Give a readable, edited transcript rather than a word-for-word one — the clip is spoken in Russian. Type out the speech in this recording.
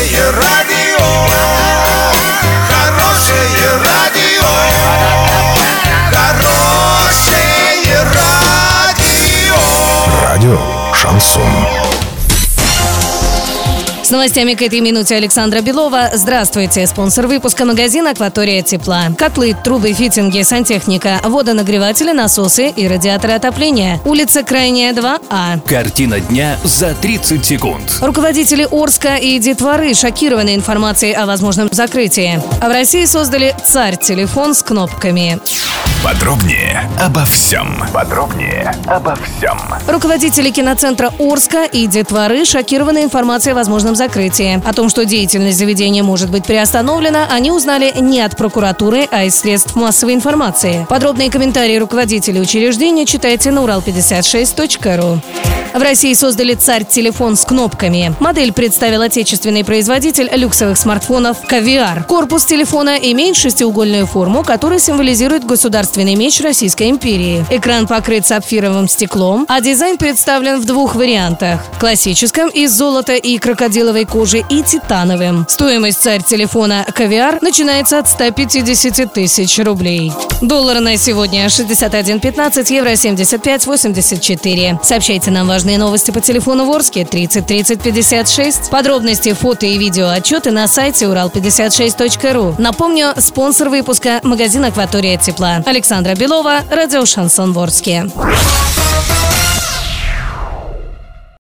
Хорошее радио, хорошее радио, хорошее радио. Радио «Шансон». С новостями к этой минуте Александра Белова. Здравствуйте. Спонсор выпуска — магазин «Акватория тепла». Котлы, трубы, фитинги, сантехника, водонагреватели, насосы и радиаторы отопления. Улица Крайняя, 2А. Картина дня за 30 секунд. Руководители Орска и детворы шокированы информацией о возможном закрытии. А в России создали «Царь-телефон» с кнопками. Подробнее обо всем. Руководители киноцентра Орска и детворы шокированы информацией о возможном закрытии. О том, что деятельность заведения может быть приостановлена, они узнали не от прокуратуры, а из средств массовой информации. Подробные комментарии руководителей учреждения читайте на урал56.ру. В России создали «Царь-телефон» с кнопками. Модель представил отечественный производитель люксовых смартфонов «Кавиар». Корпус телефона имеет шестиугольную форму, которая символизирует государственный меч Российской империи. Экран покрыт сапфировым стеклом, а дизайн представлен в двух вариантах – классическом из золота и крокодиловой кожи и титановым. Стоимость «Царь-телефона» «Кавиар» начинается от 150 тысяч рублей. Доллар на сегодня 61.15, евро 75.84. Сообщайте нам важные новости по телефону в Орске 30 30 56. Подробности, фото и видео отчеты на сайте урал56.ру. Напомню, спонсор выпуска — магазин «Акватория тепла». Александра Белова, радио «Шансон» в Орске.